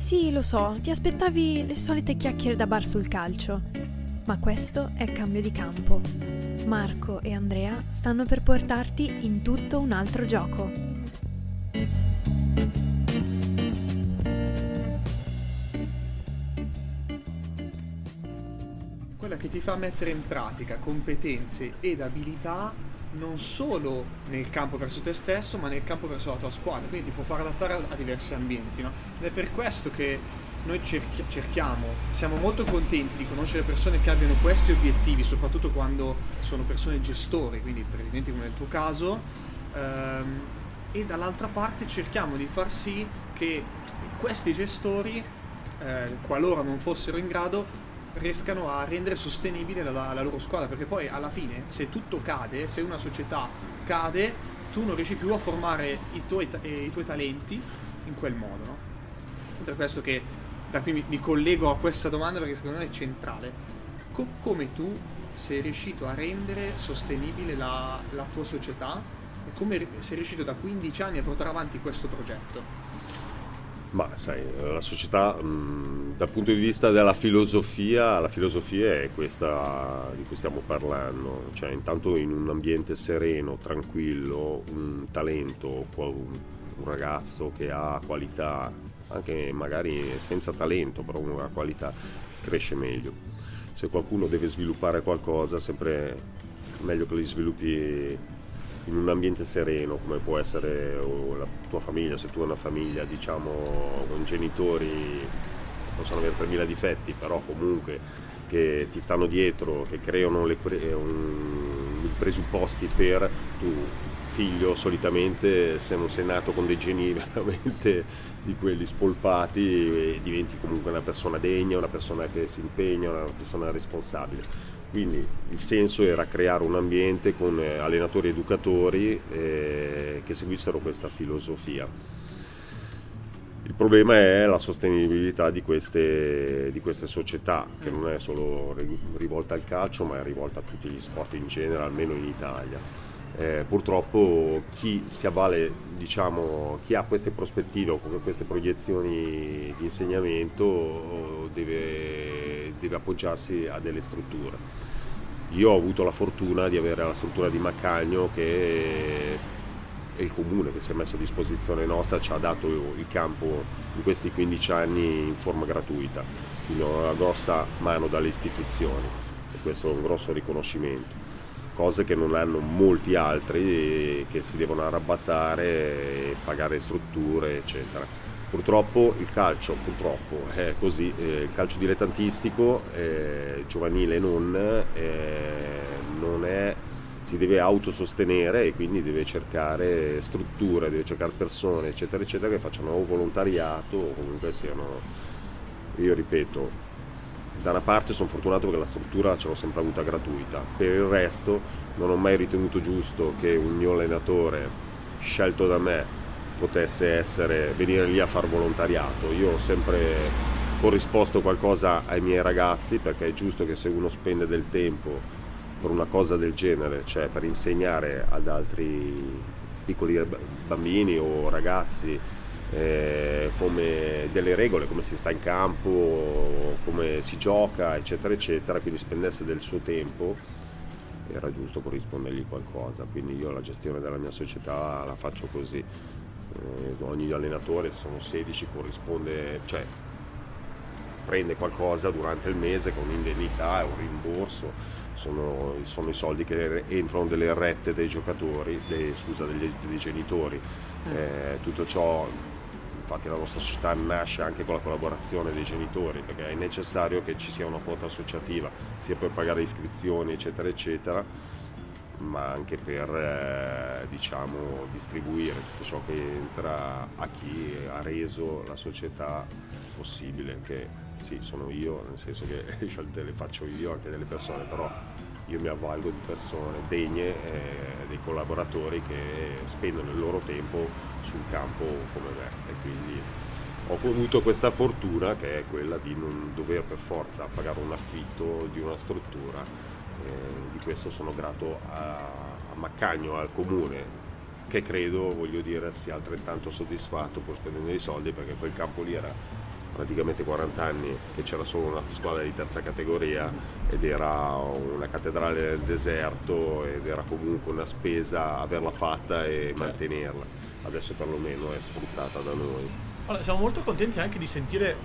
Sì, lo so, ti aspettavi le solite chiacchiere da bar sul calcio. Ma questo è cambio di campo. Marco e Andrea stanno per portarti in tutto un altro gioco. Quella che ti fa mettere in pratica competenze ed abilità non solo nel campo verso te stesso, ma nel campo verso la tua squadra, quindi ti può far adattare a diversi ambienti, no? Ed è per questo che noi cerchiamo, siamo molto contenti di conoscere persone che abbiano questi obiettivi, soprattutto quando sono persone gestori, quindi presidenti come nel tuo caso, e dall'altra parte cerchiamo di far sì che questi gestori, qualora non fossero in grado, riescano a rendere sostenibile la loro squadra, perché poi alla fine se tutto cade, se una società cade, tu non riesci più a formare i tuoi talenti in quel modo, no? Per questo che da qui mi collego a questa domanda, perché secondo me è centrale. Come tu sei riuscito a rendere sostenibile la tua società e come sei riuscito da 15 anni a portare avanti questo progetto? Ma sai, la società dal punto di vista della filosofia, la filosofia è questa di cui stiamo parlando, cioè intanto in un ambiente sereno, tranquillo, un talento, un ragazzo che ha qualità, anche magari senza talento, però una qualità, cresce meglio. Se qualcuno deve sviluppare qualcosa, sempre meglio che li sviluppi in un ambiente sereno, come può essere la tua famiglia, se tu hai una famiglia, diciamo, con genitori che possono avere 3000 difetti, però comunque che ti stanno dietro, che creano i presupposti per tu, figlio, solitamente se non sei nato con dei geni veramente di quelli spolpati, diventi comunque una persona degna, una persona che si impegna, una persona responsabile. Quindi il senso era creare un ambiente con allenatori e educatori che seguissero questa filosofia. Il problema è la sostenibilità di queste società, che non è solo rivolta al calcio, ma è rivolta a tutti gli sport in genere, almeno in Italia. Purtroppo chi si avvale, diciamo, chi ha queste prospettive o queste proiezioni di insegnamento deve appoggiarsi a delle strutture. Io ho avuto la fortuna di avere la struttura di Maccagno, che è il comune che si è messo a disposizione nostra, ci ha dato il campo in questi 15 anni in forma gratuita, quindi ho una grossa mano dalle istituzioni e questo è un grosso riconoscimento, cose che non hanno molti altri, che si devono arrabattare e pagare strutture eccetera. Purtroppo il calcio è così, il calcio dilettantistico, giovanile non è, si deve autosostenere e quindi deve cercare strutture, deve cercare persone eccetera eccetera che facciano o volontariato o comunque siano, io ripeto, da una parte sono fortunato perché la struttura ce l'ho sempre avuta gratuita, per il resto non ho mai ritenuto giusto che un mio allenatore scelto da me potesse venire lì a far volontariato. Io ho sempre corrisposto qualcosa ai miei ragazzi, perché è giusto che se uno spende del tempo per una cosa del genere, cioè per insegnare ad altri piccoli bambini o ragazzi come delle regole, come si sta in campo, come si gioca eccetera eccetera, quindi spendesse del suo tempo, era giusto corrispondergli qualcosa. Quindi io la gestione della mia società la faccio così. Ogni allenatore, sono 16, corrisponde, cioè prende qualcosa durante il mese con un'indennità e un rimborso, sono i soldi che entrano delle rette dei giocatori, dei genitori. Tutto ciò, infatti la nostra società nasce anche con la collaborazione dei genitori, perché è necessario che ci sia una quota associativa sia per pagare iscrizioni eccetera eccetera, ma anche per diciamo distribuire tutto ciò che entra a chi ha reso la società possibile, che sì, sono io, nel senso che le scelte le faccio io, anche delle persone, però io mi avvalgo di persone degne, dei collaboratori che spendono il loro tempo sul campo come me, e quindi ho avuto questa fortuna, che è quella di non dover per forza pagare un affitto di una struttura. Di questo sono grato a Maccagno, al comune, che credo, voglio dire, sia altrettanto soddisfatto pur spendendo dei soldi, perché quel campo lì era praticamente 40 anni che c'era solo una squadra di terza categoria ed era una cattedrale nel deserto ed era comunque una spesa averla fatta e mantenerla. Adesso perlomeno è sfruttata da noi. Allora, siamo molto contenti anche di sentire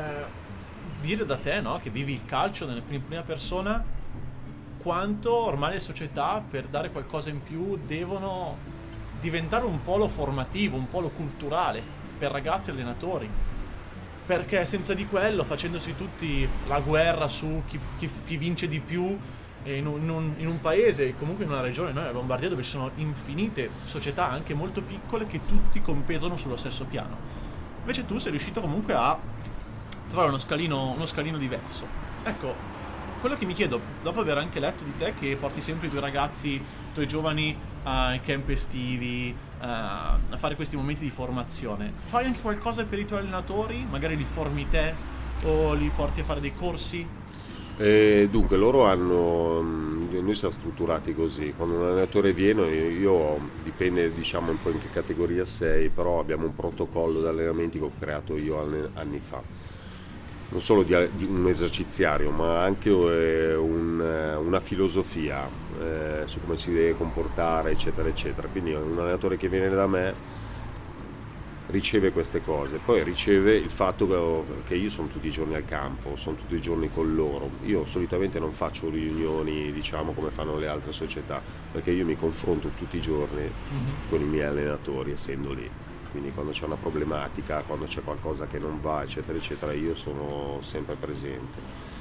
dire da te, no, che vivi il calcio in prima persona, quanto ormai le società, per dare qualcosa in più, devono diventare un polo formativo, un polo culturale per ragazzi e allenatori, perché senza di quello, facendosi tutti la guerra su chi vince di più in un paese, comunque in una regione, noi a Lombardia, dove ci sono infinite società anche molto piccole che tutti competono sullo stesso piano, invece tu sei riuscito comunque a trovare uno scalino diverso. Ecco, quello che mi chiedo, dopo aver anche letto di te che porti sempre i tuoi ragazzi, i tuoi giovani ai camp estivi, a fare questi momenti di formazione, fai anche qualcosa per i tuoi allenatori? Magari li formi te o li porti a fare dei corsi? Dunque loro noi siamo strutturati così, quando un allenatore viene, dipende diciamo un po' in che categoria sei, però abbiamo un protocollo di allenamenti che ho creato io anni fa, non solo di un eserciziario ma anche una filosofia su come si deve comportare eccetera eccetera, quindi un allenatore che viene da me riceve queste cose, poi riceve il fatto che io sono tutti i giorni al campo, sono tutti i giorni con loro. Io solitamente non faccio riunioni diciamo come fanno le altre società, perché io mi confronto tutti i giorni con i miei allenatori essendo lì, quindi quando c'è una problematica, quando c'è qualcosa che non va eccetera eccetera, io sono sempre presente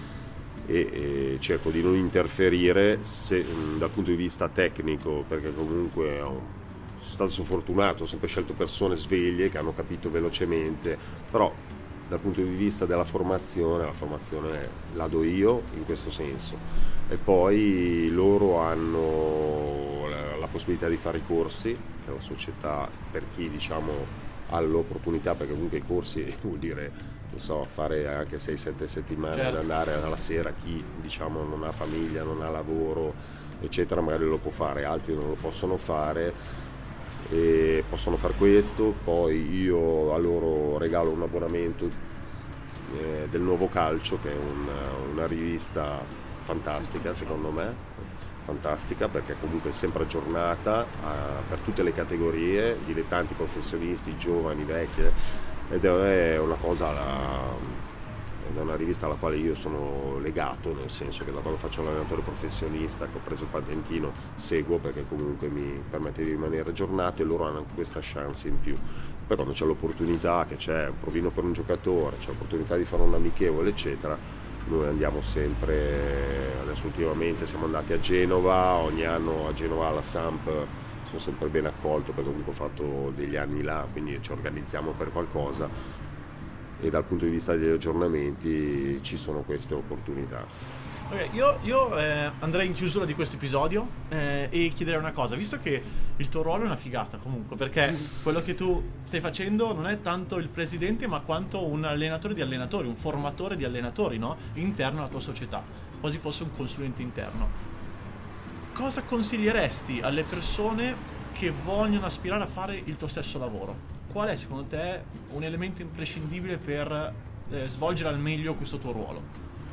e cerco di non interferire dal punto di vista tecnico, perché comunque sono stato fortunato, ho sempre scelto persone sveglie che hanno capito velocemente, però dal punto di vista della formazione, la formazione la do io in questo senso, e poi loro hanno la possibilità di fare i corsi, che la società, per chi diciamo ha l'opportunità, perché comunque i corsi vuol dire, non so, fare anche 6-7 settimane, certo, ad andare alla sera, chi diciamo non ha famiglia, non ha lavoro eccetera, magari lo può fare, altri non lo possono fare e possono fare questo. Poi io a loro regalo un abbonamento del Nuovo Calcio, che è una rivista fantastica, secondo me, fantastica, perché comunque è sempre aggiornata per tutte le categorie, dilettanti, professionisti, giovani, vecchi, ed è una cosa, è una rivista alla quale io sono legato, nel senso che da quando faccio l'allenatore professionista, che ho preso il patentino, seguo, perché comunque mi permette di rimanere aggiornato e loro hanno anche questa chance in più. Poi quando c'è l'opportunità, che c'è un provino per un giocatore, c'è l'opportunità di fare un amichevole eccetera, noi andiamo sempre. Adesso ultimamente siamo andati a Genova, ogni anno a Genova alla Samp sono sempre ben accolto, perché comunque ho fatto degli anni là, quindi ci organizziamo per qualcosa, e dal punto di vista degli aggiornamenti ci sono queste opportunità. Okay, io andrei in chiusura di questo episodio e chiederei una cosa, visto che il tuo ruolo è una figata comunque, perché quello che tu stai facendo non è tanto il presidente ma quanto un allenatore di allenatori, un formatore di allenatori, no? Interno alla tua società, quasi fosse un consulente interno. Cosa consiglieresti alle persone che vogliono aspirare a fare il tuo stesso lavoro? Qual è secondo te un elemento imprescindibile per svolgere al meglio questo tuo ruolo?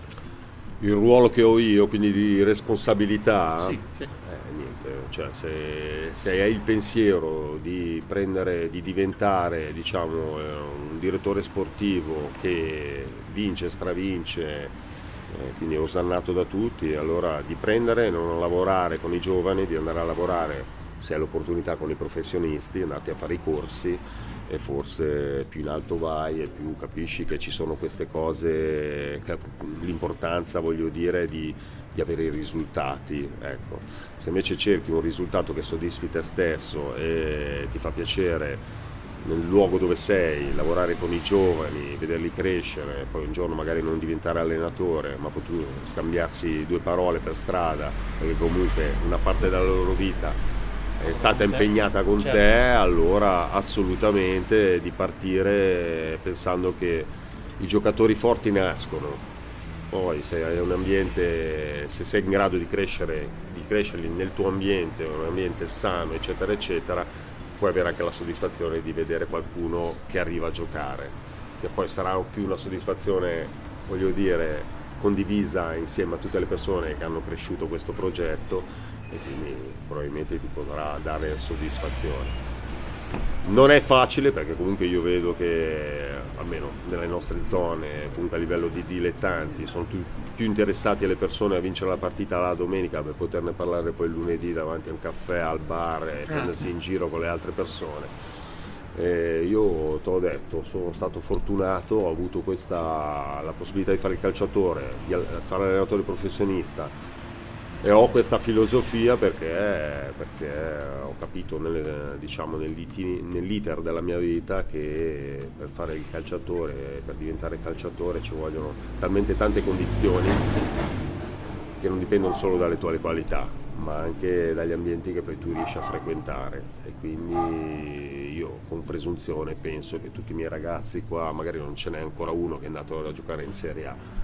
Il ruolo che ho io, quindi di responsabilità? Sì. Niente, cioè se hai il pensiero di diventare diciamo un direttore sportivo che vince, stravince, quindi è osannato da tutti, allora di prendere e non lavorare con i giovani, di andare a lavorare, se hai l'opportunità, con i professionisti, andate a fare i corsi, e forse più in alto vai e più capisci che ci sono queste cose, l'importanza, voglio dire, di avere i risultati. Ecco, se invece cerchi un risultato che soddisfi te stesso e ti fa piacere nel luogo dove sei, lavorare con i giovani, vederli crescere, poi un giorno magari non diventare allenatore, ma poter scambiarsi due parole per strada, perché comunque una parte della loro vita è stata impegnata con te, allora assolutamente di partire pensando che i giocatori forti nascono. Poi se hai un ambiente, se sei in grado di crescerli nel tuo ambiente, un ambiente sano eccetera eccetera, puoi avere anche la soddisfazione di vedere qualcuno che arriva a giocare. che poi sarà più una soddisfazione, voglio dire, condivisa insieme a tutte le persone che hanno cresciuto questo progetto, e quindi probabilmente ti potrà dare soddisfazione. Non è facile, perché comunque io vedo che almeno nelle nostre zone, comunque a livello di dilettanti, sono più interessati alle persone a vincere la partita la domenica per poterne parlare poi il lunedì davanti a un caffè, al bar e prendersi in giro con le altre persone. Io te l'ho detto, sono stato fortunato, ho avuto la possibilità di fare il calciatore, di fare l'allenatore professionista, e ho questa filosofia perché ho capito nell'iter della mia vita che per fare il calciatore, per diventare calciatore, ci vogliono talmente tante condizioni che non dipendono solo dalle tue qualità, ma anche dagli ambienti che poi tu riesci a frequentare. E quindi io con presunzione penso che tutti i miei ragazzi qua, magari non ce n'è ancora uno che è andato a giocare in Serie A,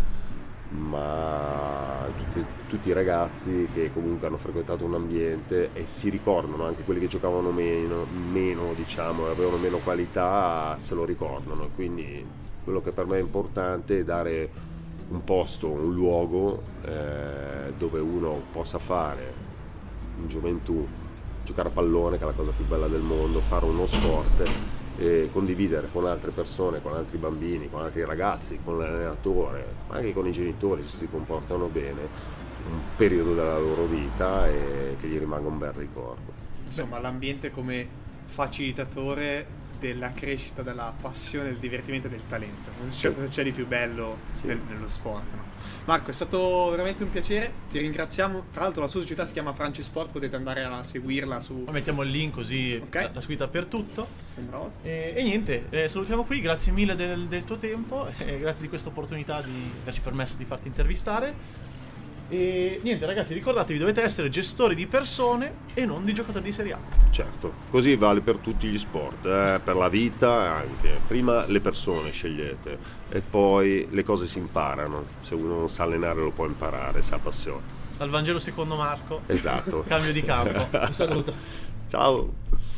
ma tutti i ragazzi che comunque hanno frequentato un ambiente e si ricordano, anche quelli che giocavano meno diciamo, avevano meno qualità, se lo ricordano. Quindi quello che per me è importante è dare un posto, un luogo dove uno possa fare in gioventù, giocare a pallone, che è la cosa più bella del mondo, fare uno sport e condividere con altre persone, con altri bambini, con altri ragazzi, con l'allenatore, ma anche con i genitori se si comportano bene, un periodo della loro vita e che gli rimanga un bel ricordo. Insomma, l'ambiente come facilitatore della crescita, della passione, del divertimento e del talento. Cosa c'è di più bello nello sport, no? Marco, è stato veramente un piacere, ti ringraziamo. Tra l'altro la sua società si chiama Francisport, potete andare a seguirla su... Mettiamo il link così la seguita per tutto. Sembra ottimo. E niente, salutiamo qui, grazie mille del tuo tempo e grazie di questa opportunità di averci permesso di farti intervistare. E niente ragazzi, ricordatevi, dovete essere gestori di persone e non di giocatori di Serie A. Certo, così vale per tutti gli sport, per la vita anche. Prima le persone scegliete e poi le cose si imparano. Se uno non sa allenare lo può imparare, se ha passione. Dal Vangelo secondo Marco. Esatto. Cambio di campo. Un saluto. Ciao.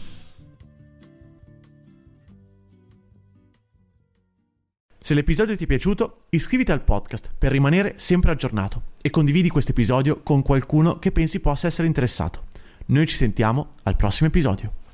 Se l'episodio ti è piaciuto, iscriviti al podcast per rimanere sempre aggiornato e condividi questo episodio con qualcuno che pensi possa essere interessato. Noi ci sentiamo al prossimo episodio.